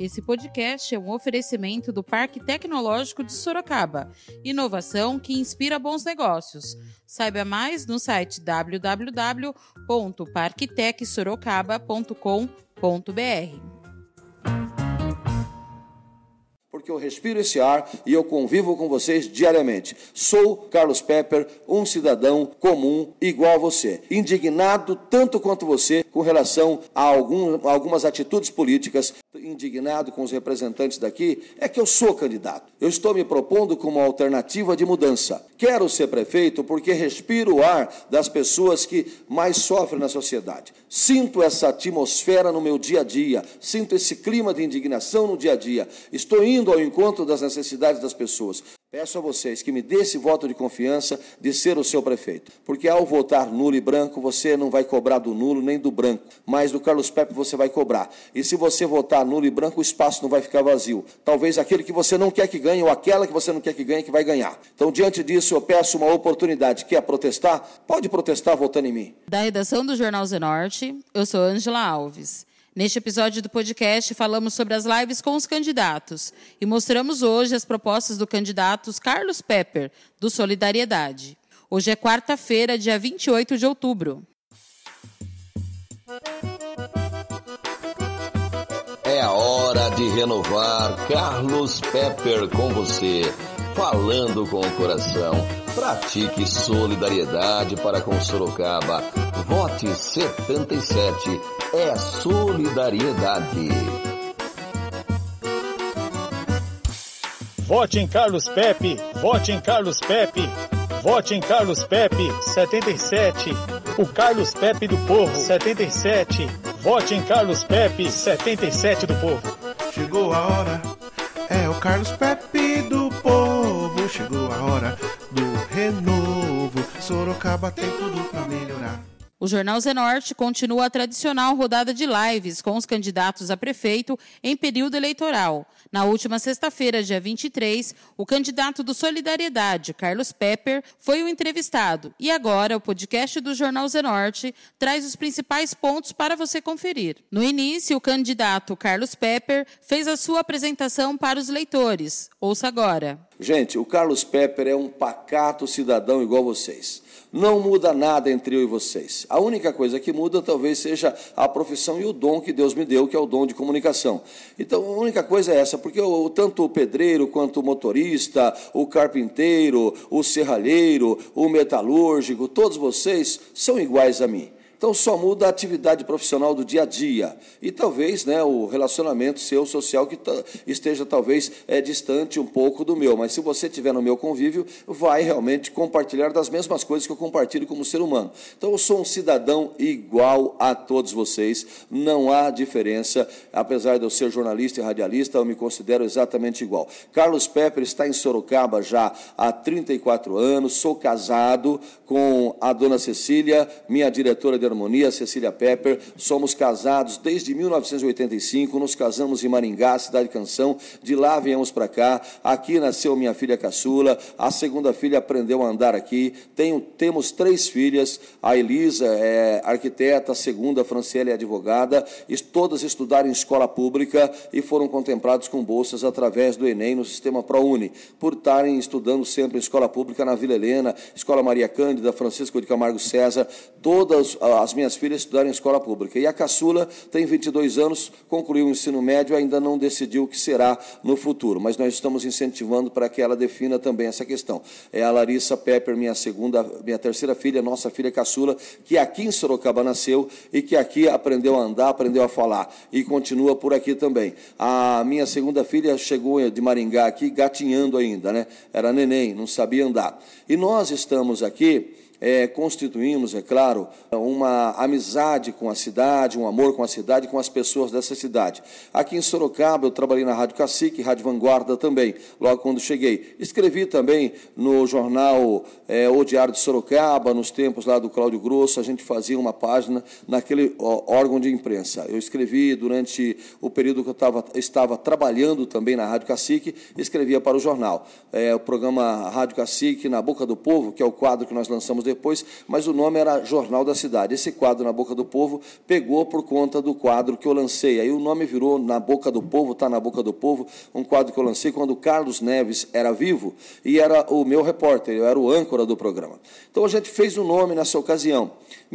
Esse podcast é um oferecimento do Parque Tecnológico de Sorocaba. Inovação que inspira bons negócios. Saiba mais no site www.parktecsorocaba.com.br. Porque eu respiro esse ar e eu convivo com vocês diariamente. Sou Carlos Pepper, um cidadão comum igual a você, indignado tanto quanto você com relação a algumas atitudes políticas, indignado com os representantes daqui, é que eu sou candidato. Eu estou me propondo como alternativa de mudança. Quero ser prefeito porque respiro o ar das pessoas que mais sofrem na sociedade. Sinto essa atmosfera no meu dia a dia, sinto esse clima de indignação no dia a dia. Estou indo ao encontro das necessidades das pessoas. Peço a vocês que me dê esse voto de confiança de ser o seu prefeito. Porque ao votar nulo e branco, você não vai cobrar do nulo nem do branco, mas do Carlos Pepper você vai cobrar. E se você votar nulo e branco, o espaço não vai ficar vazio. Talvez aquele que você não quer que ganhe ou aquela que você não quer que ganhe que vai ganhar. Então, diante disso, eu peço uma oportunidade. Quer protestar? Pode protestar votando em mim. Da redação do Jornal Zenorte, eu sou Ângela Alves. Neste episódio do podcast, falamos sobre as lives com os candidatos e mostramos hoje as propostas do candidato Carlos Pepper, do Solidariedade. Hoje é quarta-feira, dia 28 de outubro. É a hora de renovar Carlos Pepper com você, falando com o coração. Pratique solidariedade para com Sorocaba. Vote 77. É solidariedade. Vote em Carlos Pepe. Vote em Carlos Pepe. Vote em Carlos Pepe. 77. O Carlos Pepe do povo. 77. Vote em Carlos Pepe. 77 do povo. Chegou a hora. É o Carlos Pepe do povo. Chegou a hora do renovo. Sorocaba tem tudo pra melhorar. O Jornal Zenorte continua a tradicional rodada de lives com os candidatos a prefeito em período eleitoral. Na última sexta-feira, dia 23, o candidato do Solidariedade, Carlos Pepper, foi o entrevistado. E agora, o podcast do Jornal Zenorte traz os principais pontos para você conferir. No início, o candidato Carlos Pepper fez a sua apresentação para os leitores. Ouça agora. Gente, o Carlos Pepper é um pacato cidadão igual vocês. Não muda nada entre eu e vocês. A única coisa que muda talvez seja a profissão e o dom que Deus me deu, que é o dom de comunicação. Então, a única coisa é essa, porque tanto o pedreiro quanto o motorista, o carpinteiro, o serralheiro, o metalúrgico, todos vocês são iguais a mim. Então, só muda a atividade profissional do dia a dia. E talvez o relacionamento seu social que esteja talvez distante um pouco do meu. Mas se você estiver no meu convívio, vai realmente compartilhar das mesmas coisas que eu compartilho como ser humano. Então, eu sou um cidadão igual a todos vocês. Não há diferença. Apesar de eu ser jornalista e radialista, eu me considero exatamente igual. Carlos Pepper está em Sorocaba já há 34 anos. Sou casado com a dona Cecília, minha diretora de harmonia, Cecília Pepper. Somos casados desde 1985, nos casamos em Maringá, cidade de Canção, de lá viemos para cá. Aqui nasceu minha filha caçula, a segunda filha aprendeu a andar aqui. Temos 3 filhas, a Elisa é arquiteta, a segunda, a Franciele, é advogada, e todas estudaram em escola pública e foram contemplados com bolsas através do Enem no sistema ProUni, por estarem estudando sempre em escola pública na Vila Helena, Escola Maria Cândida, Francisco de Camargo César. Todas as minhas filhas estudaram em escola pública. E a caçula tem 22 anos, concluiu o ensino médio, ainda não decidiu o que será no futuro, mas nós estamos incentivando para que ela defina também essa questão. É a Larissa Pepper, minha terceira filha, nossa filha caçula, que aqui em Sorocaba nasceu e que aqui aprendeu a andar, aprendeu a falar e continua por aqui também. A minha segunda filha chegou de Maringá aqui gatinhando ainda, Era neném, não sabia andar. E nós estamos aqui constituímos, é claro, uma amizade com a cidade, um amor com a cidade, com as pessoas dessa cidade. Aqui em Sorocaba, eu trabalhei na Rádio Cacique, Rádio Vanguarda também, logo quando cheguei. Escrevi também no jornal O Diário de Sorocaba, nos tempos lá do Cláudio Grosso, a gente fazia uma página naquele órgão de imprensa. Eu escrevi durante o período que eu estava trabalhando também na Rádio Cacique, escrevia para o jornal. O programa Rádio Cacique, Na Boca do Povo, que é o quadro que nós lançamos depois, mas o nome era Jornal da Cidade. Esse quadro Na Boca do Povo pegou por conta do quadro que eu lancei. Aí o nome virou Na Boca do Povo, Tá na Boca do Povo, um quadro que eu lancei quando o Carlos Neves era vivo e era o meu repórter, eu era o âncora do programa. Então a gente fez o nome nessa ocasião.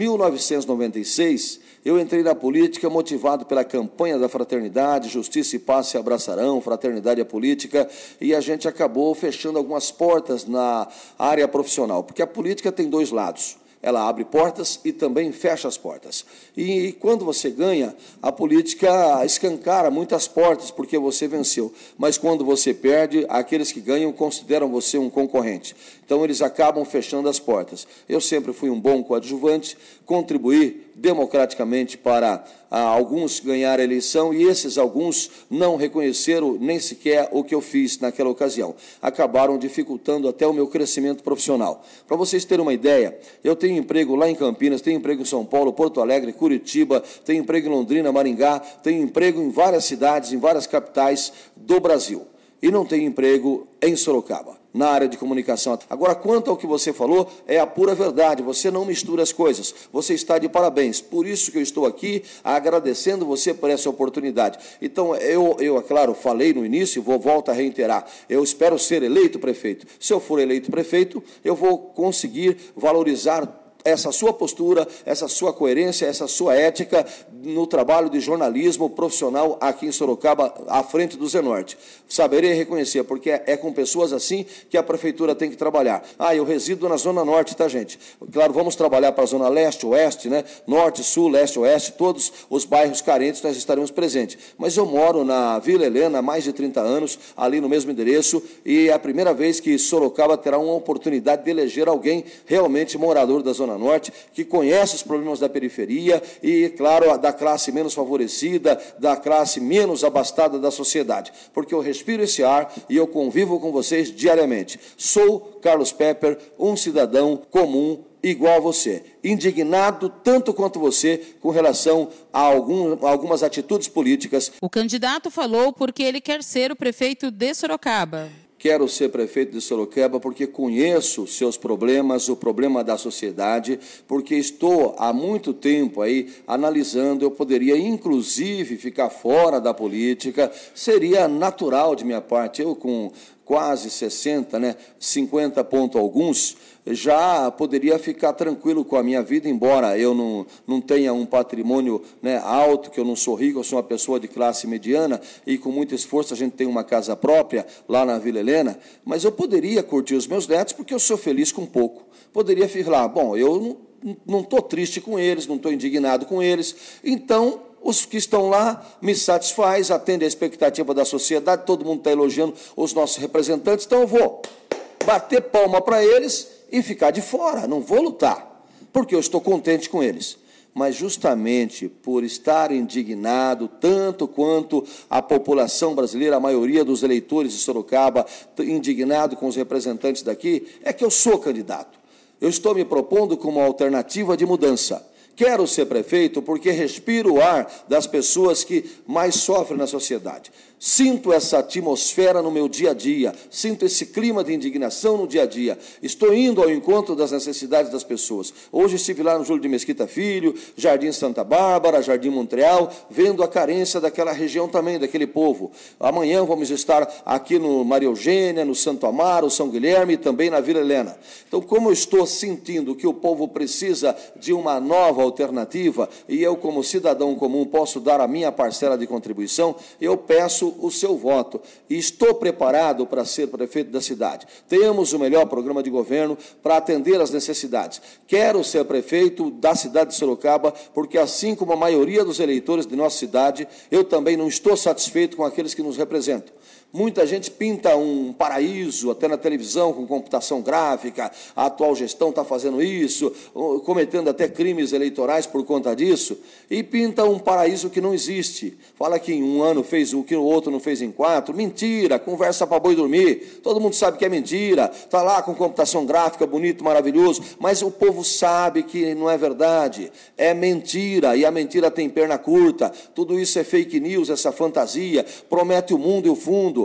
1996, eu entrei na política motivado pela campanha da fraternidade, Justiça e Paz se abraçarão, Fraternidade é Política, e a gente acabou fechando algumas portas na área profissional, porque a política tem dois lados. Ela abre portas e também fecha as portas. E quando você ganha, a política escancara muitas portas, porque você venceu. Mas quando você perde, aqueles que ganham consideram você um concorrente. Então, eles acabam fechando as portas. Eu sempre fui um bom coadjuvante, contribuí democraticamente para alguns ganhar a eleição, e esses alguns não reconheceram nem sequer o que eu fiz naquela ocasião. Acabaram dificultando até o meu crescimento profissional. Para vocês terem uma ideia, eu tenho emprego lá em Campinas, tenho emprego em São Paulo, Porto Alegre, Curitiba, tenho emprego em Londrina, Maringá, tenho emprego em várias cidades, em várias capitais do Brasil. E não tenho emprego em Sorocaba, na área de comunicação. Agora, quanto ao que você falou, é a pura verdade, você não mistura as coisas, você está de parabéns, por isso que eu estou aqui agradecendo você por essa oportunidade. Então, eu é claro, falei no início, volto a reiterar, eu espero ser eleito prefeito. Se eu for eleito prefeito, eu vou conseguir valorizar essa sua postura, essa sua coerência, essa sua ética no trabalho de jornalismo profissional aqui em Sorocaba, à frente do Zenorte. Saberei reconhecer, porque é com pessoas assim que a prefeitura tem que trabalhar. Eu resido na Zona Norte, tá, gente? Claro, vamos trabalhar para a Zona Leste, Oeste, né? Norte, Sul, Leste, Oeste, todos os bairros carentes nós estaremos presentes. Mas eu moro na Vila Helena há mais de 30 anos, ali no mesmo endereço, e é a primeira vez que Sorocaba terá uma oportunidade de eleger alguém realmente morador da Zona Norte, que conhece os problemas da periferia e, claro, da classe menos favorecida, da classe menos abastada da sociedade, porque eu respiro esse ar e eu convivo com vocês diariamente. Sou Carlos Pepper, um cidadão comum igual a você, indignado tanto quanto você com relação a algumas atitudes políticas. O candidato falou porque ele quer ser o prefeito de Sorocaba. Quero ser prefeito de Sorocaba porque conheço seus problemas, o problema da sociedade, porque estou há muito tempo aí analisando, eu poderia inclusive ficar fora da política, seria natural de minha parte, eu com quase 60, 50 ponto alguns, já poderia ficar tranquilo com a minha vida, embora eu não tenha um patrimônio alto, que eu não sou rico, eu sou uma pessoa de classe mediana, e com muito esforço a gente tem uma casa própria lá na Vila Helena, mas eu poderia curtir os meus netos, porque eu sou feliz com pouco. Poderia falar, bom, eu não estou triste com eles, não estou indignado com eles, então os que estão lá me satisfaz, atende a expectativa da sociedade, todo mundo está elogiando os nossos representantes, então eu vou bater palma para eles e ficar de fora, não vou lutar, porque eu estou contente com eles. Mas justamente por estar indignado, tanto quanto a população brasileira, a maioria dos eleitores de Sorocaba, indignado com os representantes daqui, é que eu sou candidato. Eu estou me propondo como alternativa de mudança. Quero ser prefeito porque respiro o ar das pessoas que mais sofrem na sociedade. Sinto essa atmosfera no meu dia a dia, sinto esse clima de indignação no dia a dia. Estou indo ao encontro das necessidades das pessoas. Hoje estive lá no Júlio de Mesquita Filho, Jardim Santa Bárbara, Jardim Montreal, vendo a carência daquela região também, daquele povo. Amanhã vamos estar aqui no Maria Eugênia, no Santo Amaro, São Guilherme e também na Vila Helena. Então, como eu estou sentindo que o povo precisa de uma nova alternativa e eu, como cidadão comum, posso dar a minha parcela de contribuição, eu peço o seu voto e estou preparado para ser prefeito da cidade. Temos o melhor programa de governo para atender às necessidades. Quero ser prefeito da cidade de Sorocaba porque, assim como a maioria dos eleitores de nossa cidade, eu também não estou satisfeito com aqueles que nos representam. Muita gente pinta um paraíso, até na televisão, com computação gráfica, a atual gestão está fazendo isso, cometendo até crimes eleitorais por conta disso, e pinta um paraíso que não existe. Fala que em um ano fez o que o outro não fez em 4. Mentira, conversa para boi dormir. Todo mundo sabe que é mentira. Está lá com computação gráfica, bonito, maravilhoso, mas o povo sabe que não é verdade. É mentira, e a mentira tem perna curta. Tudo isso é fake news, essa fantasia, promete o mundo e o fundo.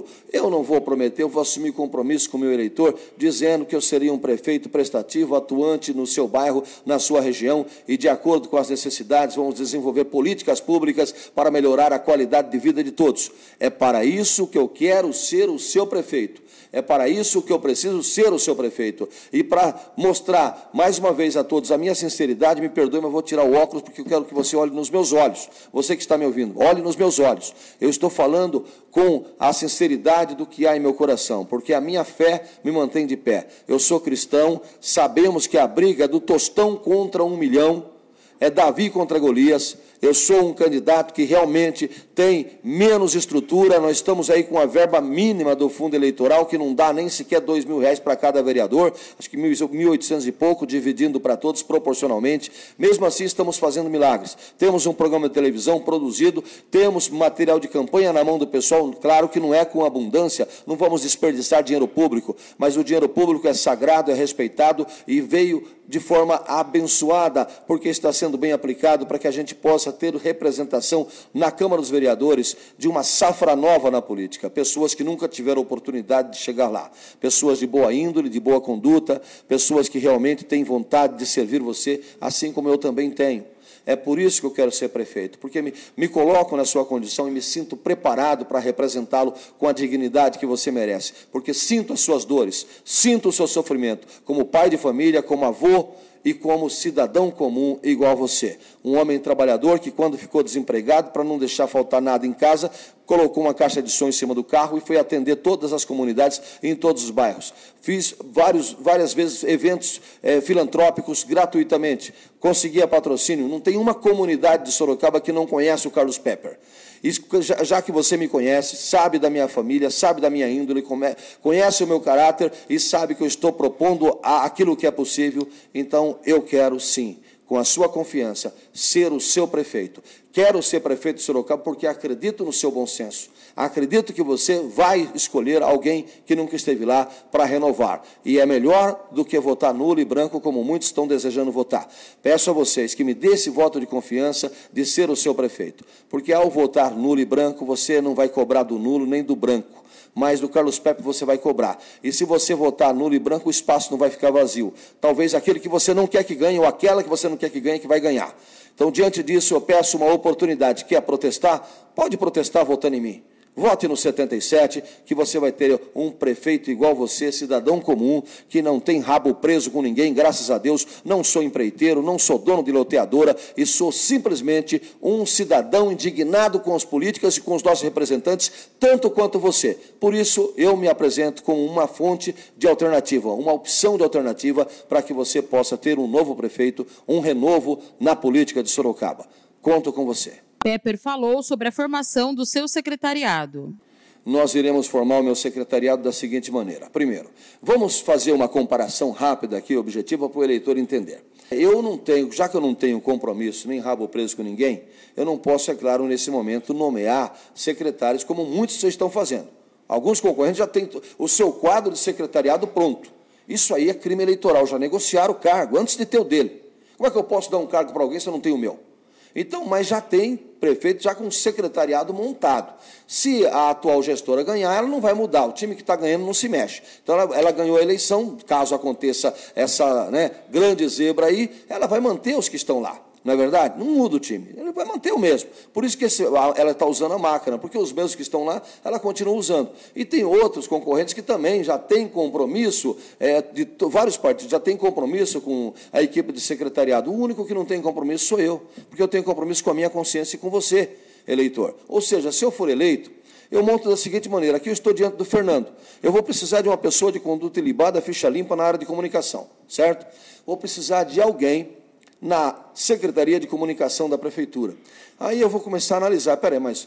prometo? Eu não vou prometer, eu vou assumir compromisso com o meu eleitor, dizendo que eu seria um prefeito prestativo, atuante no seu bairro, na sua região, e de acordo com as necessidades, vamos desenvolver políticas públicas para melhorar a qualidade de vida de todos. É para isso que eu quero ser o seu prefeito. É para isso que eu preciso ser o seu prefeito. E para mostrar, mais uma vez a todos, a minha sinceridade, me perdoe, mas eu vou tirar o óculos, porque eu quero que você olhe nos meus olhos. Você que está me ouvindo, olhe nos meus olhos. Eu estou falando com a sinceridade do que há em meu coração, porque a minha fé me mantém de pé. Eu sou cristão, sabemos que a briga do tostão contra 1 milhão é Davi contra Golias. Eu sou um candidato que realmente tem menos estrutura, nós estamos aí com a verba mínima do fundo eleitoral, que não dá nem sequer R$2.000 para cada vereador, acho que 1.800 e pouco, dividindo para todos proporcionalmente. Mesmo assim, estamos fazendo milagres. Temos um programa de televisão produzido, temos material de campanha na mão do pessoal, claro que não é com abundância, não vamos desperdiçar dinheiro público, mas o dinheiro público é sagrado, é respeitado e veio de forma abençoada, porque está sendo bem aplicado para que a gente possa ter representação na Câmara dos Vereadores de uma safra nova na política, pessoas que nunca tiveram oportunidade de chegar lá, pessoas de boa índole, de boa conduta, pessoas que realmente têm vontade de servir você, assim como eu também tenho. É por isso que eu quero ser prefeito, porque me coloco na sua condição e me sinto preparado para representá-lo com a dignidade que você merece, porque sinto as suas dores, sinto o seu sofrimento, como pai de família, como avô e como cidadão comum igual a você. Um homem trabalhador que, quando ficou desempregado, para não deixar faltar nada em casa, colocou uma caixa de som em cima do carro e foi atender todas as comunidades em todos os bairros. Fiz várias vezes eventos filantrópicos gratuitamente, conseguia patrocínio. Não tem uma comunidade de Sorocaba que não conhece o Carlos Pepper. Isso, já que você me conhece, sabe da minha família, sabe da minha índole, conhece o meu caráter e sabe que eu estou propondo aquilo que é possível, então eu quero sim, com a sua confiança, ser o seu prefeito. Quero ser prefeito de Sorocaba porque acredito no seu bom senso. Acredito que você vai escolher alguém que nunca esteve lá para renovar. E é melhor do que votar nulo e branco, como muitos estão desejando votar. Peço a vocês que me dê esse voto de confiança de ser o seu prefeito. Porque ao votar nulo e branco, você não vai cobrar do nulo nem do branco. Mas do Carlos Pepper você vai cobrar. E se você votar nulo e branco, o espaço não vai ficar vazio. Talvez aquele que você não quer que ganhe, ou aquela que você não quer que ganhe, que vai ganhar. Então, diante disso, eu peço uma oportunidade. Quer protestar? Pode protestar votando em mim. Vote no 77, que você vai ter um prefeito igual você, cidadão comum, que não tem rabo preso com ninguém, graças a Deus. Não sou empreiteiro, não sou dono de loteadora e sou simplesmente um cidadão indignado com as políticas e com os nossos representantes, tanto quanto você. Por isso, eu me apresento como uma fonte de alternativa, uma opção de alternativa para que você possa ter um novo prefeito, um renovo na política de Sorocaba. Conto com você. Pepper falou sobre a formação do seu secretariado. Nós iremos formar o meu secretariado da seguinte maneira. Primeiro, vamos fazer uma comparação rápida aqui, objetiva, para o eleitor entender. Eu não tenho, já que eu não tenho compromisso, nem rabo preso com ninguém, eu não posso, é claro, nesse momento, nomear secretários como muitos vocês estão fazendo. Alguns concorrentes já têm o seu quadro de secretariado pronto. Isso aí é crime eleitoral, já negociaram o cargo antes de ter o dele. Como é que eu posso dar um cargo para alguém se eu não tenho o meu? Então, mas já tem prefeito já com um secretariado montado. Se a atual gestora ganhar, ela não vai mudar, o time que está ganhando não se mexe. Então, ela ganhou a eleição, caso aconteça essa grande zebra aí, ela vai manter os que estão lá. Não é verdade? Não muda o time, ele vai manter o mesmo. Por isso que ela está usando a máquina, porque os mesmos que estão lá, ela continua usando. E tem outros concorrentes que também já têm compromisso, vários partidos já têm compromisso com a equipe de secretariado. O único que não tem compromisso sou eu, porque eu tenho compromisso com a minha consciência e com você, eleitor. Ou seja, se eu for eleito, eu monto da seguinte maneira, aqui eu estou diante do Fernando, eu vou precisar de uma pessoa de conduta ilibada, ficha limpa na área de comunicação, certo? Vou precisar de alguém na Secretaria de Comunicação da Prefeitura. Aí eu vou começar a analisar, peraí, mas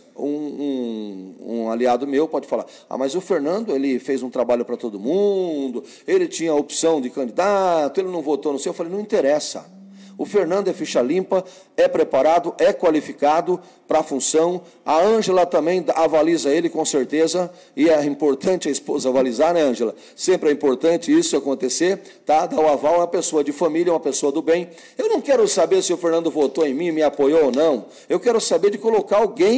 um aliado meu pode falar, mas o Fernando, ele fez um trabalho para todo mundo, ele tinha a opção de candidato, ele não votou no seu. Eu falei, não interessa. O Fernando é ficha limpa, é preparado, é qualificado para a função. A Ângela também avaliza ele, com certeza, e é importante a esposa avalizar, né, Ângela? Sempre é importante isso acontecer, tá? Dar o aval a uma pessoa de família, uma pessoa do bem. Eu não quero saber se o Fernando votou em mim, me apoiou ou não. Eu quero saber de colocar alguém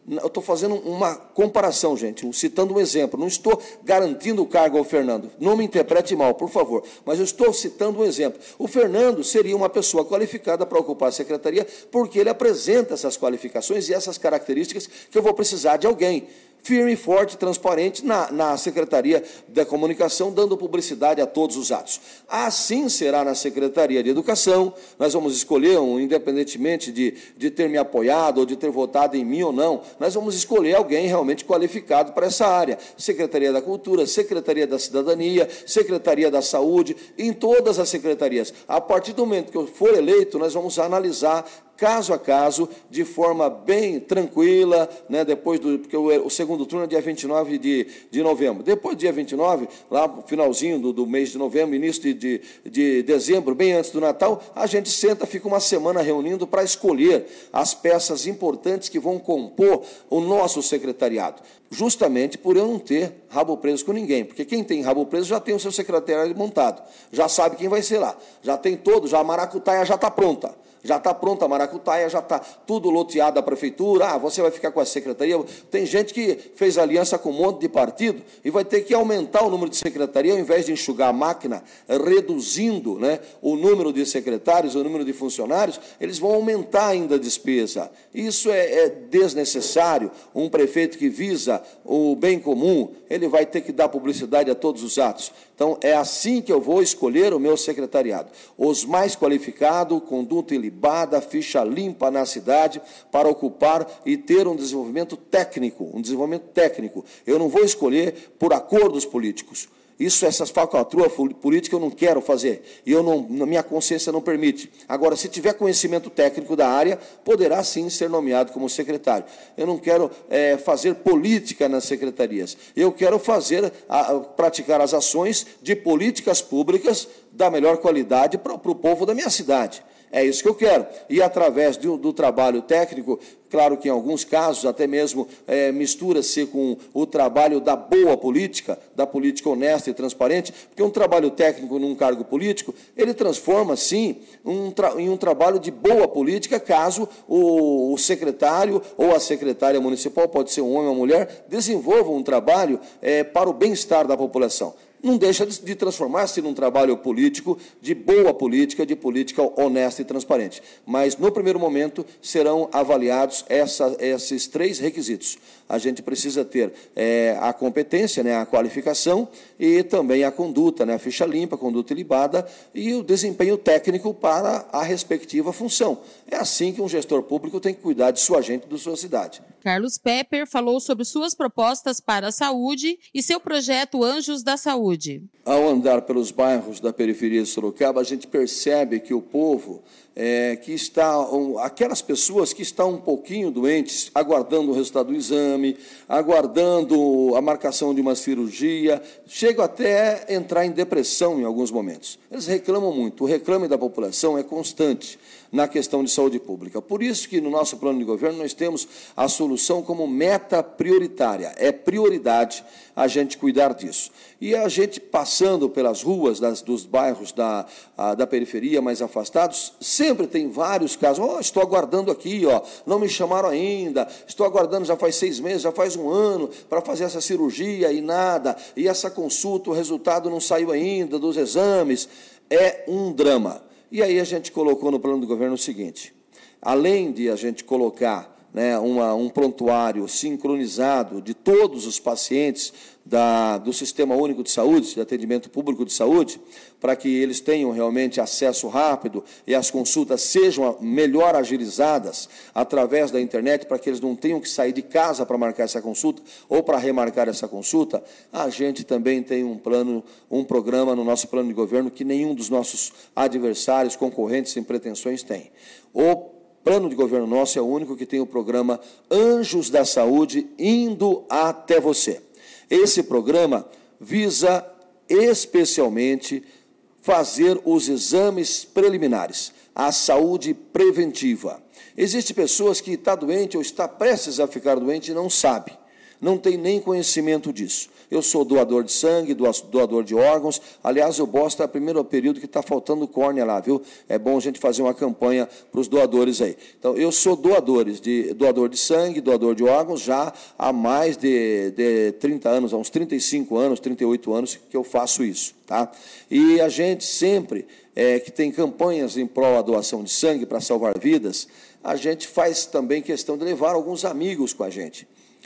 Eu estou fazendo uma comparação, gente, citando um exemplo. Não estou garantindo o cargo ao Fernando. Não me interprete mal, por favor. Mas eu estou citando um exemplo. O Fernando seria uma pessoa qualificada para ocupar a secretaria porque ele apresenta essas qualificações e essas características que eu vou precisar de alguém firme, forte, transparente na Secretaria da Comunicação, dando publicidade a todos os atos. Assim será na Secretaria de Educação. Nós vamos escolher, independentemente de ter me apoiado ou de ter votado em mim ou não, nós vamos escolher alguém realmente qualificado para essa área. Secretaria da Cultura, Secretaria da Cidadania, Secretaria da Saúde, em todas as secretarias. A partir do momento que eu for eleito, nós vamos analisar caso a caso, de forma bem tranquila, né, porque o segundo turno é dia 29 de novembro. Depois do dia 29, lá no finalzinho do mês de novembro, início de dezembro, bem antes do Natal, a gente senta, fica uma semana reunindo para escolher as peças importantes que vão compor o nosso secretariado. Justamente por eu não ter rabo preso com ninguém, porque quem tem rabo preso já tem o seu secretariado montado, já sabe quem vai ser lá, já tem já a maracutaia já está pronta. Já está pronta a maracutaia, já está tudo loteado a prefeitura, você vai ficar com a secretaria. Tem gente que fez aliança com um monte de partido e vai ter que aumentar o número de secretaria, ao invés de enxugar a máquina, reduzindo, né, o número de secretários, o número de funcionários, eles vão aumentar ainda a despesa. Isso é desnecessário. Um prefeito que visa o bem comum, ele vai ter que dar publicidade a todos os atos. Então, é assim que eu vou escolher o meu secretariado. Os mais qualificados, conduta ilibada, ficha limpa na cidade, para ocupar e ter um desenvolvimento técnico. Eu não vou escolher por acordos políticos. Essas falcatruas políticas eu não quero fazer, e minha consciência não permite. Agora, se tiver conhecimento técnico da área, poderá sim ser nomeado como secretário. Eu não quero fazer política nas secretarias, eu quero praticar as ações de políticas públicas da melhor qualidade para o povo da minha cidade. É isso que eu quero. E através do trabalho técnico, claro que em alguns casos até mesmo mistura-se com o trabalho da boa política, da política honesta e transparente, porque um trabalho técnico num cargo político, ele transforma, sim, em um trabalho de boa política, caso o secretário ou a secretária municipal, pode ser um homem ou uma mulher, desenvolva um trabalho para o bem-estar da população. Não deixa de transformar-se num trabalho político, de boa política, de política honesta e transparente. Mas, no primeiro momento, serão avaliados esses 3 requisitos. A gente precisa ter a competência, né, a qualificação e também a conduta, né, a ficha limpa, a conduta ilibada e o desempenho técnico para a respectiva função. É assim que um gestor público tem que cuidar de sua gente e de sua cidade. Carlos Pepper falou sobre suas propostas para a saúde e seu projeto Anjos da Saúde. Ao andar pelos bairros da periferia de Sorocaba, a gente percebe que o povo aquelas pessoas que estão um pouquinho doentes, aguardando o resultado do exame, aguardando a marcação de uma cirurgia, chegam até a entrar em depressão em alguns momentos. Eles reclamam muito, o reclame da população é constante na questão de saúde pública. Por isso que no nosso plano de governo nós temos a solução como meta prioritária. É prioridade a gente cuidar disso. E a gente passando pelas ruas dos bairros da periferia mais afastados, sempre tem vários casos. Estou aguardando aqui, não me chamaram ainda, estou aguardando já faz 6 meses, já faz 1 ano para fazer essa cirurgia e nada, e essa consulta, o resultado não saiu ainda dos exames. É um drama. E aí a gente colocou no plano do governo o seguinte: além de a gente colocar, né, um prontuário sincronizado de todos os pacientes do Sistema Único de Saúde, de atendimento público de saúde, para que eles tenham realmente acesso rápido e as consultas sejam melhor agilizadas através da internet, para que eles não tenham que sair de casa para marcar essa consulta ou para remarcar essa consulta, a gente também tem um programa no nosso plano de governo que nenhum dos nossos adversários, concorrentes sem pretensões tem. O plano de governo nosso é o único que tem o programa Anjos da Saúde indo até você. Esse programa visa especialmente fazer os exames preliminares, a saúde preventiva. Existem pessoas que estão doentes ou está prestes a ficar doente e não sabe, não tem nem conhecimento disso. Eu sou doador de sangue, doador de órgãos. Aliás, o Bosta é o primeiro período que está faltando córnea lá, viu? É bom a gente fazer uma campanha para os doadores aí. Então, eu sou doador de sangue, doador de órgãos, já há mais de 30 anos, há uns 35 anos, 38 anos que eu faço isso, tá? E a gente sempre que tem campanhas em prol da doação de sangue para salvar vidas, a gente faz também questão de levar alguns amigos com a gente.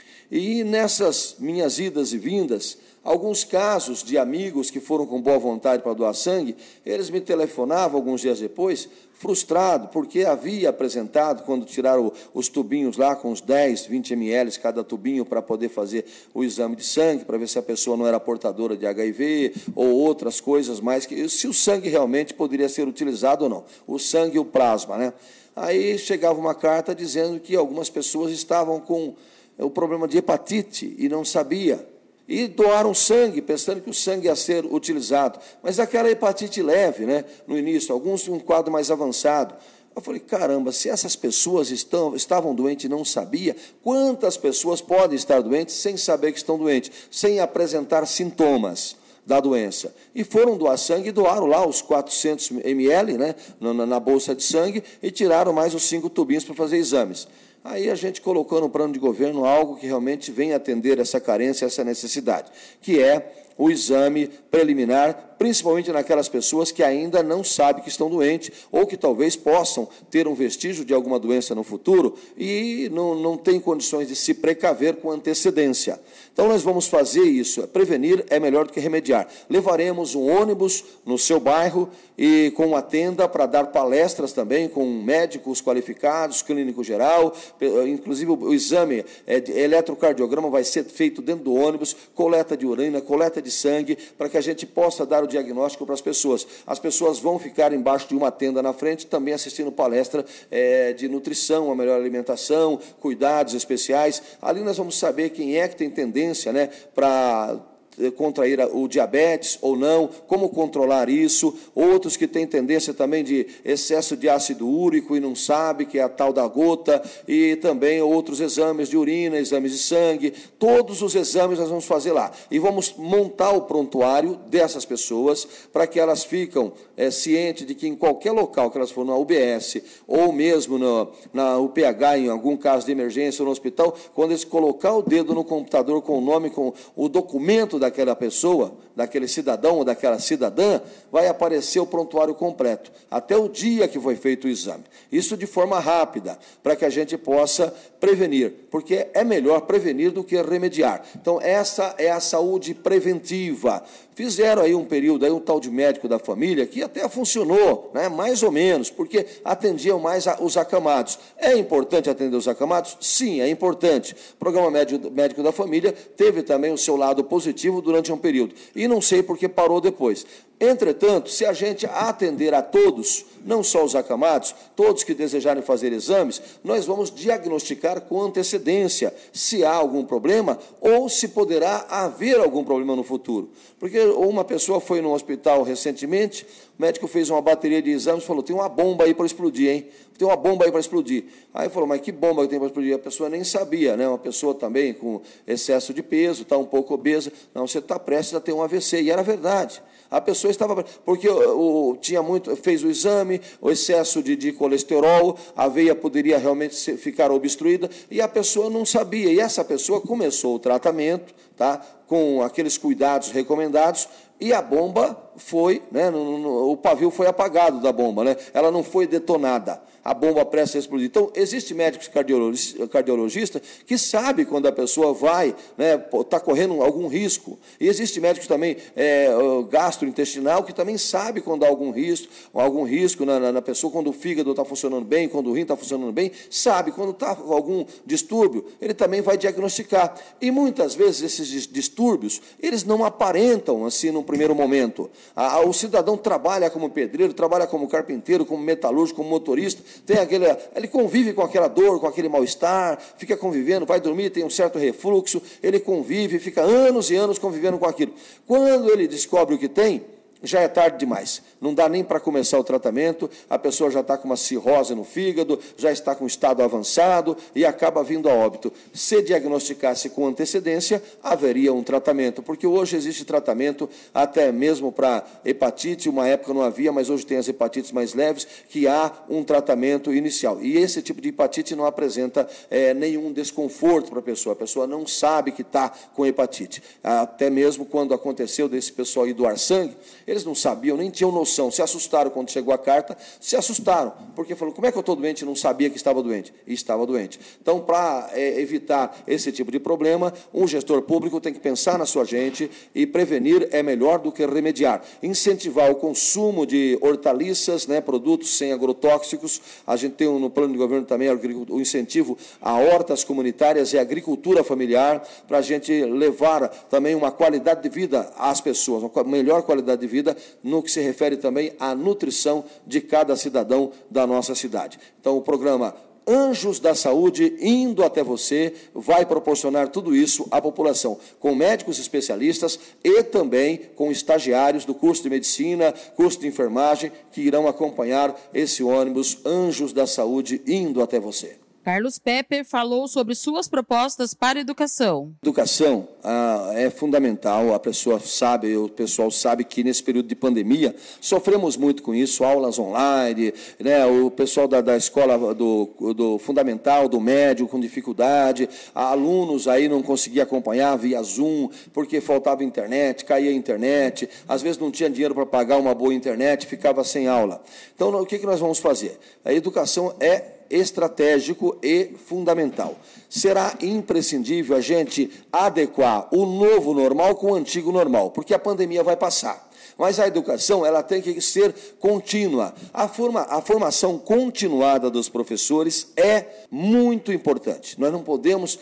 E nessas minhas idas e vindas, alguns casos de amigos que foram com boa vontade para doar sangue, eles me telefonavam alguns dias depois, frustrado, porque havia apresentado, quando tiraram os tubinhos lá, com uns 10, 20 ml cada tubinho, para poder fazer o exame de sangue, para ver se a pessoa não era portadora de HIV, ou outras coisas mais, se o sangue realmente poderia ser utilizado ou não, o sangue e o plasma, né? Aí chegava uma carta dizendo que algumas pessoas estavam com o problema de hepatite e não sabia. E doaram sangue, pensando que o sangue ia ser utilizado. Mas aquela hepatite leve, né, no início, alguns um quadro mais avançado. Eu falei, caramba, se essas pessoas estavam doentes e não sabia, quantas pessoas podem estar doentes sem saber que estão doentes, sem apresentar sintomas da doença? E foram doar sangue e doaram lá os 400 ml, né, na bolsa de sangue, e tiraram mais os 5 tubinhos para fazer exames. Aí a gente colocou no plano de governo algo que realmente vem atender essa carência, essa necessidade, que é o exame preliminar, principalmente naquelas pessoas que ainda não sabem que estão doentes ou que talvez possam ter um vestígio de alguma doença no futuro e não têm condições de se precaver com antecedência. Então, nós vamos fazer isso. Prevenir é melhor do que remediar. Levaremos um ônibus no seu bairro e com uma tenda para dar palestras também com médicos qualificados, clínico geral, inclusive o exame eletrocardiograma vai ser feito dentro do ônibus, coleta de urina, coleta de sangue, para que a gente possa dar o diagnóstico para as pessoas. As pessoas vão ficar embaixo de uma tenda na frente, também assistindo palestra de nutrição, a melhor alimentação, cuidados especiais. Ali nós vamos saber quem é que tem tendência, né, para contrair o diabetes ou não, como controlar isso, outros que têm tendência também de excesso de ácido úrico e não sabe, que é a tal da gota, e também outros exames de urina, exames de sangue, todos os exames nós vamos fazer lá, e vamos montar o prontuário dessas pessoas, para que elas ficam cientes de que em qualquer local que elas for, na UBS, ou mesmo na UPH, em algum caso de emergência ou no hospital, quando eles colocar o dedo no computador com o nome, com o documento daquela pessoa, daquele cidadão ou daquela cidadã, vai aparecer o prontuário completo, até o dia que foi feito o exame. Isso de forma rápida, para que a gente possa prevenir, porque é melhor prevenir do que remediar. Então, essa é a saúde preventiva. Fizeram aí um período, aí um tal de médico da família, que até funcionou, né, mais ou menos, porque atendiam mais os acamados. É importante atender os acamados? Sim, é importante. O programa médico da família teve também o seu lado positivo durante um período. E não sei por que parou depois. Entretanto, se a gente atender a todos, não só os acamados, todos que desejarem fazer exames, nós vamos diagnosticar com antecedência se há algum problema ou se poderá haver algum problema no futuro. Porque uma pessoa foi no hospital recentemente, o médico fez uma bateria de exames e falou, tem uma bomba aí para explodir, hein? Tem uma bomba aí para explodir. Aí falou, mas que bomba que tem para explodir? A pessoa nem sabia, né? Uma pessoa também com excesso de peso, está um pouco obesa. Não, você está prestes a ter um AVC. E era verdade. A pessoa estava... Porque fez o exame, o excesso de colesterol, a veia poderia realmente ficar obstruída, e a pessoa não sabia. E essa pessoa começou o tratamento, tá, com aqueles cuidados recomendados, e a bomba foi, né, o pavio foi apagado da bomba, né, ela não foi detonada, a bomba prestes a explodir. Então, existem médicos cardiologistas que sabem quando a pessoa vai, né, está correndo algum risco. E existem médicos também gastrointestinal que também sabe quando há algum risco na pessoa, quando o fígado está funcionando bem, quando o rim está funcionando bem, sabe quando está com algum distúrbio, ele também vai diagnosticar. E muitas vezes esses distúrbios, eles não aparentam assim num primeiro momento. O cidadão trabalha como pedreiro, trabalha como carpinteiro, como metalúrgico, como motorista, ele convive com aquela dor, com aquele mal-estar, fica convivendo, vai dormir, tem um certo refluxo, ele convive, fica anos e anos convivendo com aquilo. Quando ele descobre o que tem, já é tarde demais. Não dá nem para começar o tratamento, a pessoa já está com uma cirrose no fígado, já está com estado avançado e acaba vindo a óbito. Se diagnosticasse com antecedência, haveria um tratamento, porque hoje existe tratamento até mesmo para hepatite, uma época não havia, mas hoje tem as hepatites mais leves, que há um tratamento inicial. E esse tipo de hepatite não apresenta nenhum desconforto para a pessoa não sabe que está com hepatite. Até mesmo quando aconteceu desse pessoal ir doar sangue, eles não sabiam, nem tinham noção, se assustaram quando chegou a carta, se assustaram, porque falaram, como é que eu estou doente e não sabia que estava doente? E estava doente. Então, para evitar esse tipo de problema, um gestor público tem que pensar na sua gente e prevenir é melhor do que remediar. Incentivar o consumo de hortaliças, né, produtos sem agrotóxicos. A gente tem no plano de governo também o incentivo a hortas comunitárias e agricultura familiar, para a gente levar também uma qualidade de vida às pessoas, uma melhor qualidade de vida no que se refere também à nutrição de cada cidadão da nossa cidade. Então, o programa Anjos da Saúde, indo até você, vai proporcionar tudo isso à população, com médicos especialistas e também com estagiários do curso de medicina, curso de enfermagem, que irão acompanhar esse ônibus Anjos da Saúde, indo até você. Carlos Pepper falou sobre suas propostas para a educação. Educação é fundamental, a pessoa sabe, o pessoal sabe que nesse período de pandemia sofremos muito com isso, aulas online, né, o pessoal da escola do fundamental, do médio com dificuldade, alunos aí não conseguiam acompanhar via Zoom, porque faltava internet, caía a internet, às vezes não tinha dinheiro para pagar uma boa internet, ficava sem aula. Então, o que nós vamos fazer? A educação é estratégico e fundamental. Será imprescindível a gente adequar o novo normal com o antigo normal, porque a pandemia vai passar. Mas a educação ela tem que ser contínua. A formação continuada dos professores é muito importante. Nós não podemos,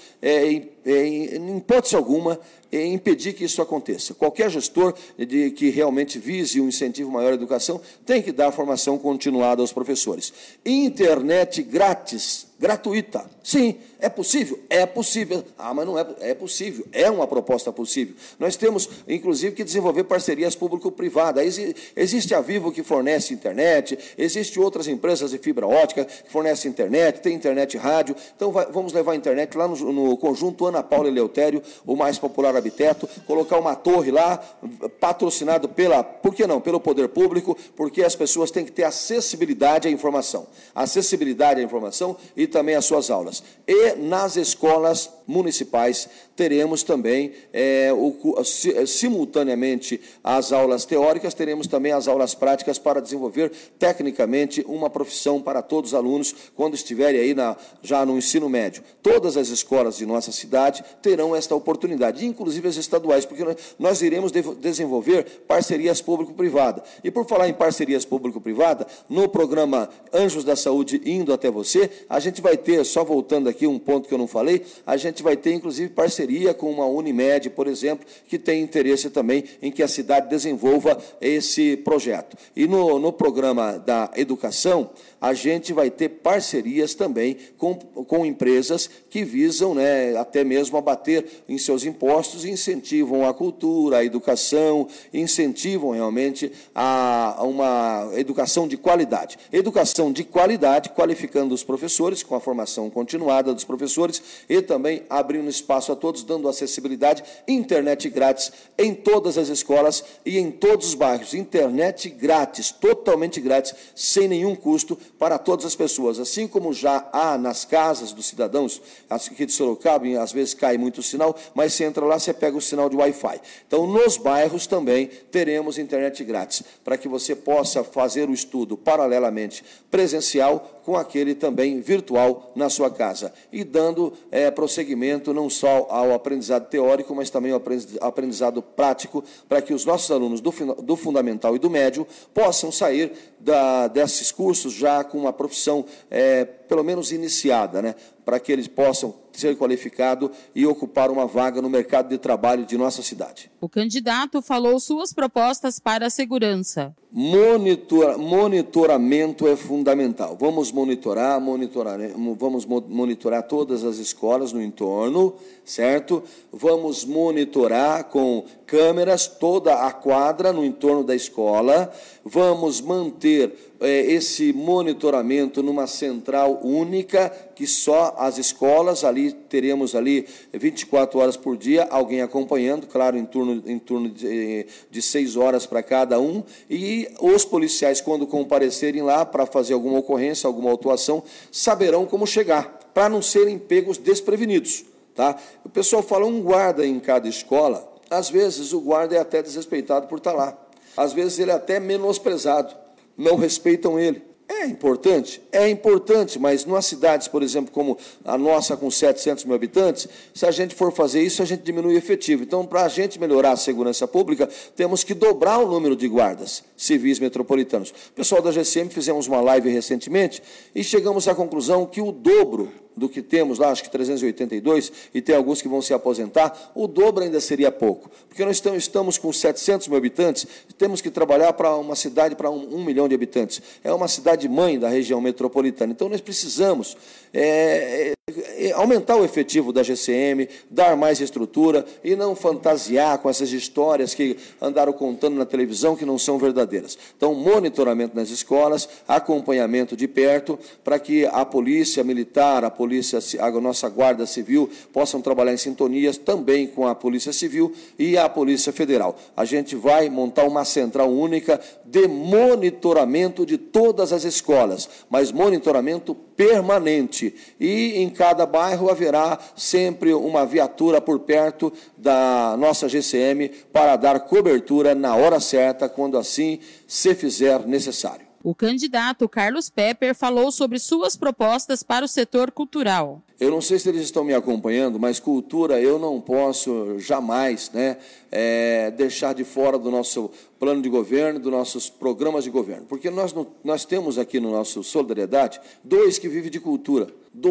em hipótese alguma, impedir que isso aconteça. Qualquer gestor que realmente vise um incentivo maior à educação tem que dar formação continuada aos professores. Internet grátis, gratuita. Sim, é possível? É possível. Mas não é possível. É uma proposta possível. Nós temos, inclusive, que desenvolver parcerias público-privadas. Existe a Vivo que fornece internet, existem outras empresas de fibra ótica que fornecem internet, tem internet rádio. Então, vamos levar a internet lá no conjunto Ana Paula Eleutério, o mais popular Habiteto, colocar uma torre lá, patrocinado por que não? Pelo poder público, porque as pessoas têm que ter acessibilidade à informação. Acessibilidade à informação e também às suas aulas. E nas escolas municipais teremos também, simultaneamente às aulas teóricas, teremos também as aulas práticas para desenvolver tecnicamente uma profissão para todos os alunos quando estiverem aí já no ensino médio. Todas as escolas de nossa cidade terão esta oportunidade, inclusive as estaduais, porque nós iremos desenvolver parcerias público-privada. E por falar em parcerias público-privada, no programa Anjos da Saúde indo até você, a gente vai ter, só voltando aqui um ponto que eu não falei, a gente vai ter inclusive parceria com uma Unimed, por exemplo, que tem interesse também em que a cidade desenvolva esse projeto. E no programa da educação, a gente vai ter parcerias também com empresas que visam, né, até mesmo abater em seus impostos, incentivam a cultura, a educação, incentivam realmente a uma educação de qualidade. Educação de qualidade, qualificando os professores, com a formação continuada dos professores e também abrindo espaço a todos, dando acessibilidade, internet grátis em todas as escolas e em todos os bairros. Internet grátis, totalmente grátis, sem nenhum custo para todas as pessoas. Assim como já há nas casas dos cidadãos, aqui de Sorocaba, às vezes cai muito o sinal, mas você entra lá, você pega o sinal de Wi-Fi. Então, nos bairros também teremos internet grátis, para que você possa fazer o estudo paralelamente presencial com aquele também virtual na sua casa. E dando prosseguimento não só ao aprendizado teórico, mas também ao aprendizado prático, para que os nossos alunos do fundamental e do médio possam sair desses cursos já com uma profissão pelo menos iniciada, né? Para que eles possam ser qualificado e ocupar uma vaga no mercado de trabalho de nossa cidade. O candidato falou suas propostas para a segurança. Monitoramento é fundamental. Vamos monitorar todas as escolas no entorno, certo? Vamos monitorar com câmeras toda a quadra no entorno da escola. Vamos manter esse monitoramento numa central única, que só as escolas, teremos 24 horas por dia, alguém acompanhando, claro, em turno de 6 horas para cada um, e os policiais, quando comparecerem lá para fazer alguma ocorrência, alguma autuação, saberão como chegar, para não serem pegos desprevenidos. Tá? O pessoal fala um guarda em cada escola, às vezes o guarda é até desrespeitado por estar lá, às vezes ele é até menosprezado, não respeitam ele. É importante, mas numa cidade, por exemplo, como a nossa, com 700 mil habitantes, se a gente for fazer isso, a gente diminui o efetivo. Então, para a gente melhorar a segurança pública, temos que dobrar o número de guardas civis metropolitanos. O pessoal da GCM fizemos uma live recentemente e chegamos à conclusão que o dobro do que temos lá, acho que 382, e tem alguns que vão se aposentar, o dobro ainda seria pouco. Porque nós estamos com 700 mil habitantes, temos que trabalhar para uma cidade para 1 milhão de habitantes. É uma cidade-mãe da região metropolitana. Então, nós precisamos aumentar o efetivo da GCM, dar mais estrutura e não fantasiar com essas histórias que andaram contando na televisão que não são verdadeiras. Então, monitoramento nas escolas, acompanhamento de perto, para que a polícia militar, a nossa Guarda Civil possam trabalhar em sintonias também com a Polícia Civil e a Polícia Federal. A gente vai montar uma central única de monitoramento de todas as escolas, mas monitoramento permanente. E em cada bairro haverá sempre uma viatura por perto da nossa GCM para dar cobertura na hora certa, quando assim se fizer necessário. O candidato Carlos Pepper falou sobre suas propostas para o setor cultural. Eu não sei se eles estão me acompanhando, mas cultura eu não posso jamais deixar de fora do nosso plano de governo, dos nossos programas de governo. Porque nós temos aqui no nosso Solidariedade 2 que vivem de cultura.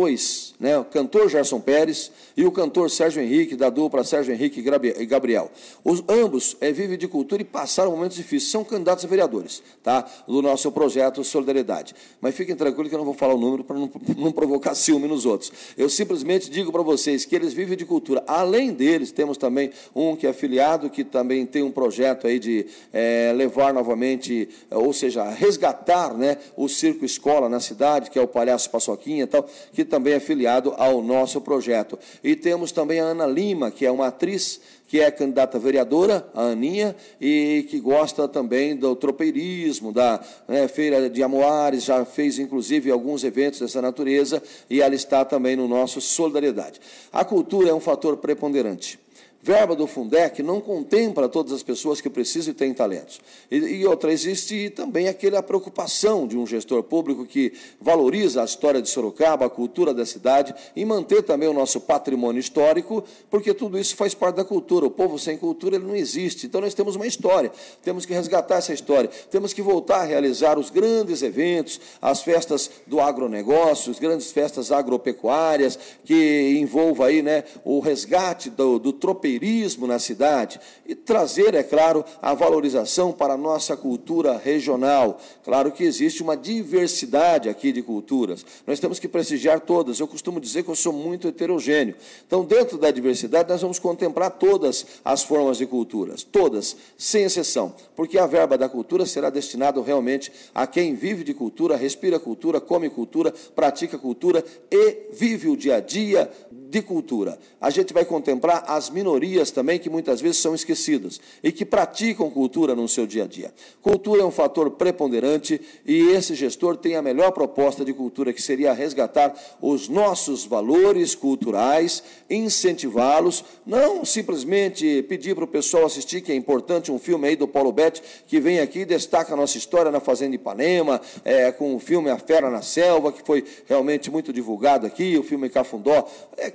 2, o cantor Gerson Pérez e o cantor Sérgio Henrique, da dupla Sérgio Henrique e Gabriel. Ambos vivem de cultura e passaram momentos difíceis. São candidatos a vereadores, tá? Do nosso projeto Solidariedade. Mas fiquem tranquilos que eu não vou falar o número para não provocar ciúme nos outros. Eu simplesmente digo para vocês que eles vivem de cultura. Além deles, temos também um que é afiliado, que também tem um projeto aí de levar novamente, ou seja, resgatar o Circo Escola na cidade, que é o Palhaço Paçoquinha e tal, que também é afiliado ao nosso projeto. E temos também a Ana Lima, que é uma atriz, que é candidata a vereadora, a Aninha, e que gosta também do tropeirismo, da Feira de Amoares, já fez, inclusive, alguns eventos dessa natureza, e ela está também no nosso Solidariedade. A cultura é um fator preponderante. Verba do Fundec não contempla todas as pessoas que precisam e têm talentos. E outra, existe também aquela preocupação de um gestor público que valoriza a história de Sorocaba, a cultura da cidade, e manter também o nosso patrimônio histórico, porque tudo isso faz parte da cultura. O povo sem cultura ele não existe. Então, nós temos uma história, temos que resgatar essa história, temos que voltar a realizar os grandes eventos, as festas do agronegócio, as grandes festas agropecuárias, que envolvam aí, o resgate do tropeirismo na cidade e trazer, é claro, a valorização para a nossa cultura regional. Claro que existe uma diversidade aqui de culturas. Nós temos que prestigiar todas. Eu costumo dizer que eu sou muito heterogêneo. Então, dentro da diversidade, nós vamos contemplar todas as formas de culturas, todas, sem exceção, porque a verba da cultura será destinada realmente a quem vive de cultura, respira cultura, come cultura, pratica cultura e vive o dia a dia de cultura. A gente vai contemplar as minorias também, que muitas vezes são esquecidas e que praticam cultura no seu dia a dia. Cultura é um fator preponderante e esse gestor tem a melhor proposta de cultura, que seria resgatar os nossos valores culturais, incentivá-los, não simplesmente pedir para o pessoal assistir, que é importante, um filme aí do Paulo Betti, que vem aqui e destaca a nossa história na Fazenda Ipanema, com o filme A Fera na Selva, que foi realmente muito divulgado aqui, o filme Cafundó. É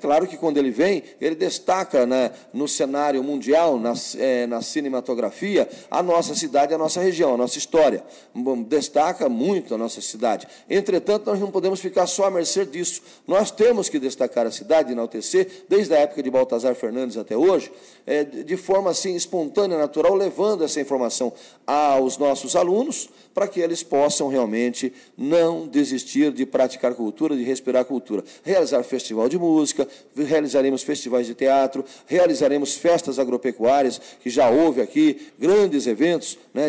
claro que quando ele vem, ele destaca, né, no cenário mundial, na cinematografia, a nossa cidade, a nossa região, a nossa história. Destaca muito a nossa cidade. Entretanto, nós não podemos ficar só à mercê disso. Nós temos que destacar a cidade, enaltecer, desde a época de Baltazar Fernandes até hoje, de forma assim espontânea, natural, levando essa informação aos nossos alunos, para que eles possam realmente não desistir de praticar cultura, de respirar cultura. Realizar festival de música, realizaremos festivais de teatro, realizaremos festas agropecuárias, que já houve aqui grandes eventos, né,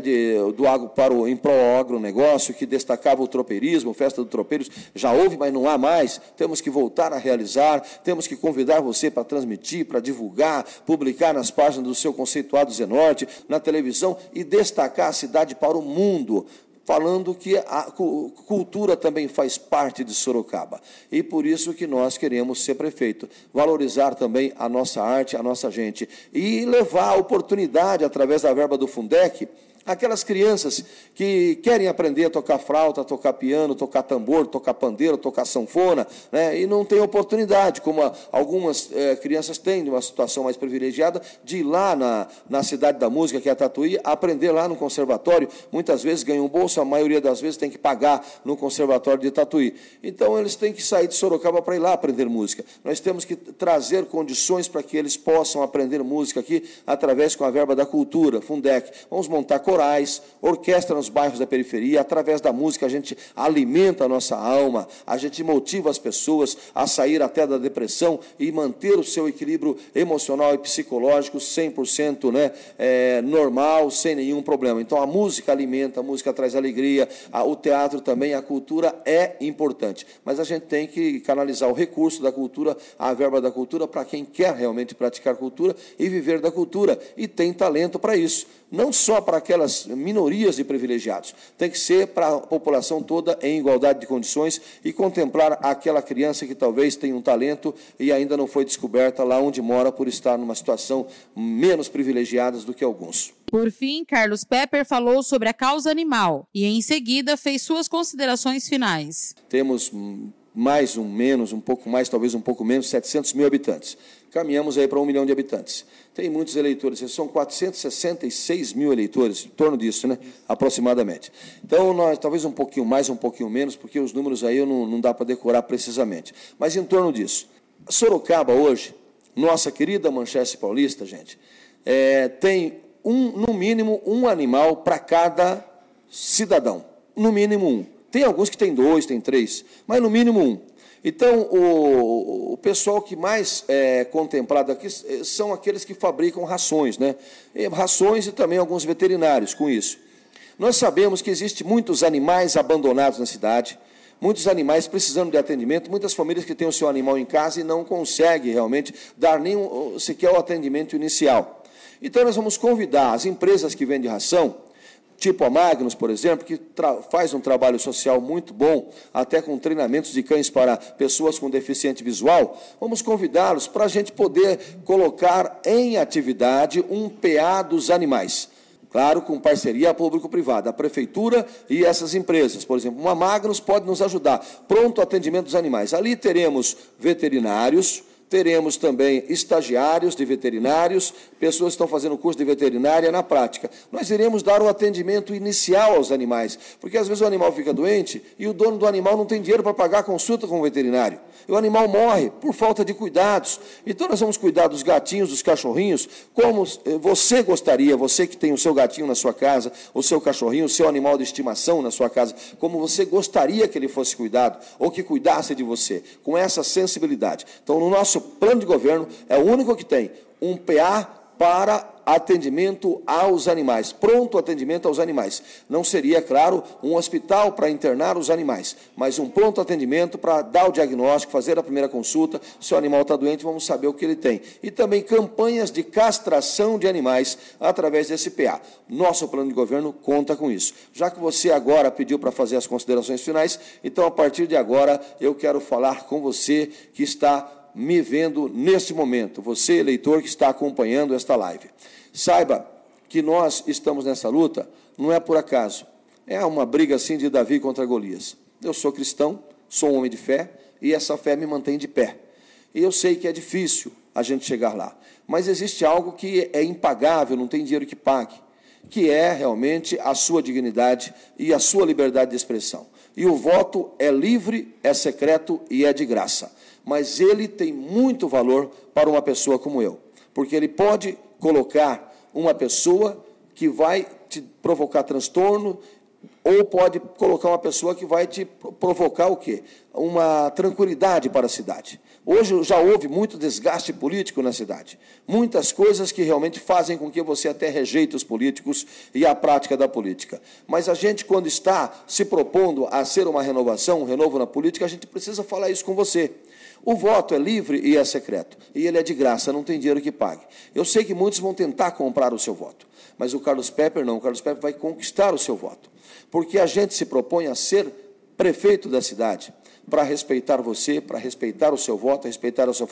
em pró agronegócio, que destacava o tropeirismo, festa do tropeiros, já houve, mas não há mais. Temos que voltar a realizar, temos que convidar você para transmitir, para divulgar, publicar nas páginas do seu conceituado Zenorte, na televisão, e destacar a cidade para o mundo, falando que a cultura também faz parte de Sorocaba. E por isso que nós queremos ser prefeito, valorizar também a nossa arte, a nossa gente, e levar a oportunidade, através da verba do Fundec, aquelas crianças que querem aprender a tocar flauta, tocar piano, tocar tambor, tocar pandeiro, tocar sanfona, né, e não têm oportunidade, como algumas crianças têm, de uma situação mais privilegiada, de ir lá na cidade da música, que é a Tatuí, aprender lá no conservatório. Muitas vezes ganham bolsa, a maioria das vezes tem que pagar no conservatório de Tatuí. Então, eles têm que sair de Sorocaba para ir lá aprender música. Nós temos que trazer condições para que eles possam aprender música aqui, através com a verba da cultura, Fundec. Vamos montar corais, orquestra nos bairros da periferia. Através da música a gente alimenta a nossa alma, a gente motiva as pessoas a sair até da depressão e manter o seu equilíbrio emocional e psicológico 100%, né, normal, sem nenhum problema. Então a música alimenta, a música traz alegria, o teatro também, a cultura é importante. Mas a gente tem que canalizar o recurso da cultura, a verba da cultura, para quem quer realmente praticar cultura e viver da cultura e tem talento para isso. Não só para aquelas minorias de privilegiados, tem que ser para a população toda em igualdade de condições e contemplar aquela criança que talvez tenha um talento e ainda não foi descoberta lá onde mora, por estar numa situação menos privilegiada do que alguns. Por fim, Carlos Pepper falou sobre a causa animal e, em seguida, fez suas considerações finais. Temos mais ou menos, um pouco mais, talvez um pouco menos, 700 mil habitantes. Caminhamos aí para 1 milhão de habitantes. Tem muitos eleitores, são 466 mil eleitores, em torno disso, né, aproximadamente. Então, nós, talvez um pouquinho mais, um pouquinho menos, porque os números aí não dá para decorar precisamente. Mas em torno disso. Sorocaba hoje, nossa querida Manchete Paulista, gente, tem no mínimo um animal para cada cidadão. No mínimo um. Tem alguns que tem 2, tem 3, mas no mínimo um. Então, o pessoal que mais é contemplado aqui são aqueles que fabricam rações, né? Rações e também alguns veterinários com isso. Nós sabemos que existem muitos animais abandonados na cidade, muitos animais precisando de atendimento, muitas famílias que têm o seu animal em casa e não conseguem realmente dar nem sequer o atendimento inicial. Então, nós vamos convidar as empresas que vendem ração, tipo a Magnus, por exemplo, que faz um trabalho social muito bom, até com treinamentos de cães para pessoas com deficiente visual, vamos convidá-los para a gente poder colocar em atividade um PA dos animais. Claro, com parceria público-privada, a prefeitura e essas empresas. Por exemplo, uma Magnus pode nos ajudar. Pronto atendimento dos animais. Ali teremos veterinários, teremos também estagiários de veterinários, pessoas que estão fazendo curso de veterinária na prática. Nós iremos dar o atendimento inicial aos animais, porque às vezes o animal fica doente e o dono do animal não tem dinheiro para pagar a consulta com o veterinário. E o animal morre por falta de cuidados. Então nós vamos cuidar dos gatinhos, dos cachorrinhos, como você gostaria, você que tem o seu gatinho na sua casa, o seu cachorrinho, o seu animal de estimação na sua casa, como você gostaria que ele fosse cuidado, ou que cuidasse de você, com essa sensibilidade. Então, no nosso plano de governo, é o único que tem um PA para atendimento aos animais, pronto atendimento aos animais. Não seria, claro, um hospital para internar os animais, mas um pronto atendimento para dar o diagnóstico, fazer a primeira consulta. Se o animal está doente, vamos saber o que ele tem. E também campanhas de castração de animais através desse PA. Nosso plano de governo conta com isso. Já que você agora pediu para fazer as considerações finais, então, a partir de agora, eu quero falar com você que está me vendo neste momento, você, eleitor, que está acompanhando esta live. Saiba que nós estamos nessa luta, não é por acaso. É uma briga assim de Davi contra Golias. Eu sou cristão, sou um homem de fé, e essa fé me mantém de pé. E eu sei que é difícil a gente chegar lá. Mas existe algo que é impagável, não tem dinheiro que pague, que é realmente a sua dignidade e a sua liberdade de expressão. E o voto é livre, é secreto e é de graça. Mas ele tem muito valor para uma pessoa como eu, porque ele pode colocar uma pessoa que vai te provocar transtorno, ou pode colocar uma pessoa que vai te provocar o quê? Uma tranquilidade para a cidade. Hoje já houve muito desgaste político na cidade. Muitas coisas que realmente fazem com que você até rejeite os políticos e a prática da política. Mas a gente, quando está se propondo a ser uma renovação, um renovo na política, a gente precisa falar isso com você. O voto é livre e é secreto. E ele é de graça, não tem dinheiro que pague. Eu sei que muitos vão tentar comprar o seu voto. Mas o Carlos Pepper não. O Carlos Pepper vai conquistar o seu voto. Porque a gente se propõe a ser prefeito da cidade, para respeitar você, para respeitar o seu voto, respeitar a sua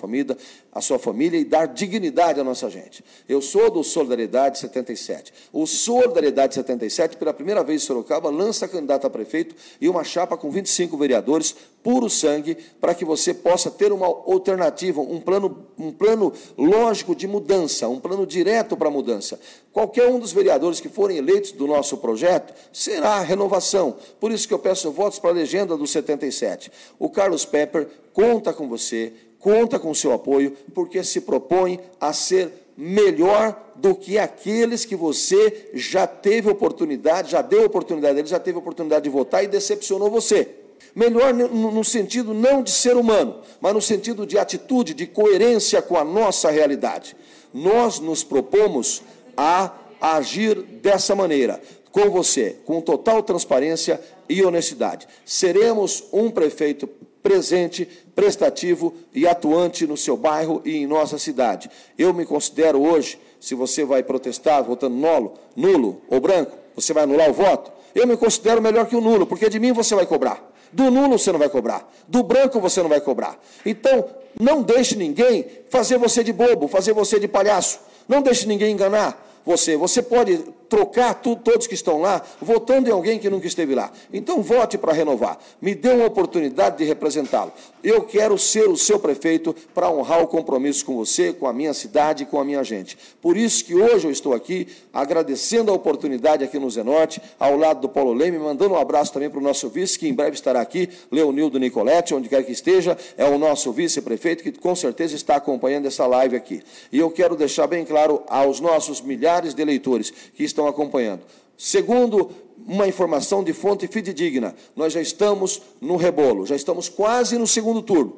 família e dar dignidade à nossa gente. Eu sou do Solidariedade 77. O Solidariedade 77, pela primeira vez em Sorocaba, lança candidato a prefeito e uma chapa com 25 vereadores, puro sangue, para que você possa ter uma alternativa, um plano lógico de mudança, um plano direto para a mudança. Qualquer um dos vereadores que forem eleitos do nosso projeto será renovação. Por isso que eu peço votos para a legenda do 77. O Carlos Pepper conta com você, conta com o seu apoio, porque se propõe a ser melhor do que aqueles que você já teve oportunidade, já deu oportunidade, ele já teve oportunidade de votar e decepcionou você. Melhor no sentido não de ser humano, mas no sentido de atitude, de coerência com a nossa realidade. Nós nos propomos a agir dessa maneira, com você, com total transparência e honestidade. Seremos um prefeito presente, prestativo e atuante no seu bairro e em nossa cidade. Eu me considero hoje, se você vai protestar votando nulo ou branco, você vai anular o voto, eu me considero melhor que o nulo, porque de mim você vai cobrar. Do nulo você não vai cobrar, do branco você não vai cobrar. Então, não deixe ninguém fazer você de bobo, fazer você de palhaço. Não deixe ninguém enganar você. Você pode trocar todos que estão lá, votando em alguém que nunca esteve lá. Então, vote para renovar. Me dê uma oportunidade de representá-lo. Eu quero ser o seu prefeito para honrar o compromisso com você, com a minha cidade e com a minha gente. Por isso que hoje eu estou aqui, agradecendo a oportunidade aqui no Zenorte, ao lado do Paulo Leme, mandando um abraço também para o nosso vice, que em breve estará aqui, Leonildo Nicoletti, onde quer que esteja, é o nosso vice-prefeito, que com certeza está acompanhando essa live aqui. E eu quero deixar bem claro aos nossos milhares de eleitores que estão acompanhando. Segundo uma informação de fonte fidedigna, nós já estamos no rebolo, já estamos quase no segundo turno.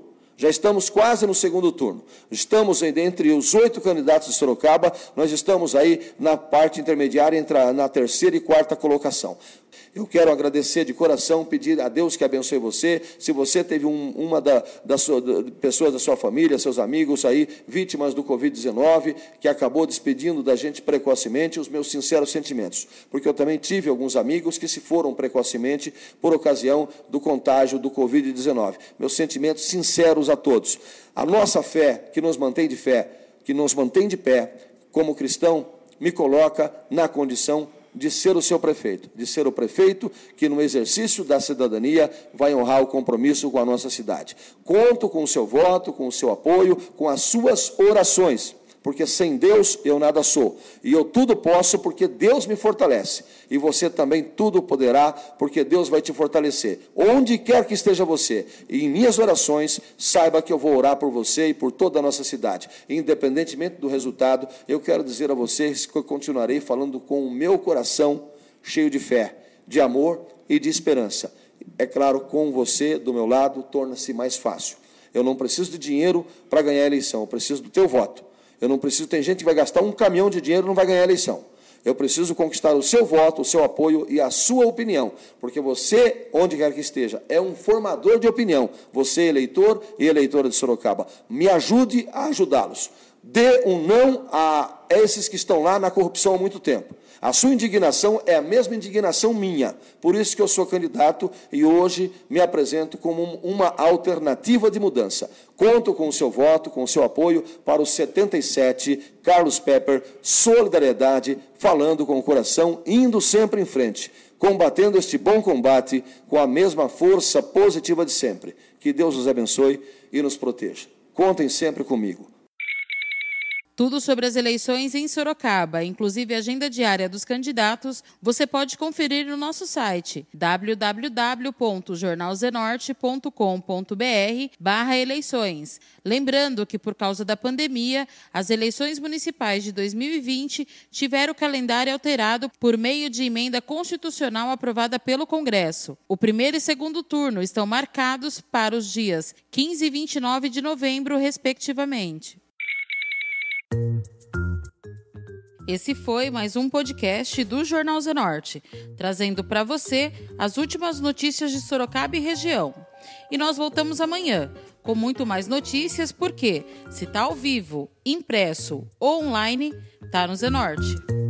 Estamos entre os 8 candidatos de Sorocaba, nós estamos aí na parte intermediária, na terceira e quarta colocação. Eu quero agradecer de coração, pedir a Deus que abençoe você. Se você teve uma das pessoas da sua família, seus amigos aí, vítimas do Covid-19, que acabou despedindo da gente precocemente, os meus sinceros sentimentos. Porque eu também tive alguns amigos que se foram precocemente por ocasião do contágio do Covid-19. Meus sentimentos sinceros a todos. A nossa fé, que nos mantém de pé, como cristão, me coloca na condição de ser o seu prefeito, de ser o prefeito que, no exercício da cidadania, vai honrar o compromisso com a nossa cidade. Conto com o seu voto, com o seu apoio, com as suas orações, porque sem Deus eu nada sou. E eu tudo posso porque Deus me fortalece. E você também tudo poderá, porque Deus vai te fortalecer. Onde quer que esteja você, e em minhas orações, saiba que eu vou orar por você e por toda a nossa cidade. Independentemente do resultado, eu quero dizer a vocês que eu continuarei falando com o meu coração cheio de fé, de amor e de esperança. É claro, com você do meu lado, torna-se mais fácil. Eu não preciso de dinheiro para ganhar a eleição, eu preciso do teu voto. Eu não preciso, tem gente que vai gastar um caminhão de dinheiro e não vai ganhar a eleição. Eu preciso conquistar o seu voto, o seu apoio e a sua opinião, porque você, onde quer que esteja, é um formador de opinião. Você, eleitor e eleitora de Sorocaba, me ajude a ajudá-los. Dê um não a esses que estão lá na corrupção há muito tempo. A sua indignação é a mesma indignação minha. Por isso que eu sou candidato e hoje me apresento como uma alternativa de mudança. Conto com o seu voto, com o seu apoio para o 77, Carlos Pepper, Solidariedade, falando com o coração, indo sempre em frente, combatendo este bom combate com a mesma força positiva de sempre. Que Deus nos abençoe e nos proteja. Contem sempre comigo. Tudo sobre as eleições em Sorocaba, inclusive a agenda diária dos candidatos, você pode conferir no nosso site www.jornalzenorte.com.br/eleições. Lembrando que, por causa da pandemia, as eleições municipais de 2020 tiveram o calendário alterado por meio de emenda constitucional aprovada pelo Congresso. O primeiro e segundo turno estão marcados para os dias 15 e 29 de novembro, respectivamente. Esse foi mais um podcast do Jornal Zenorte, trazendo para você as últimas notícias de Sorocaba e região. E nós voltamos amanhã com muito mais notícias, porque se está ao vivo, impresso ou online, está no Zenorte.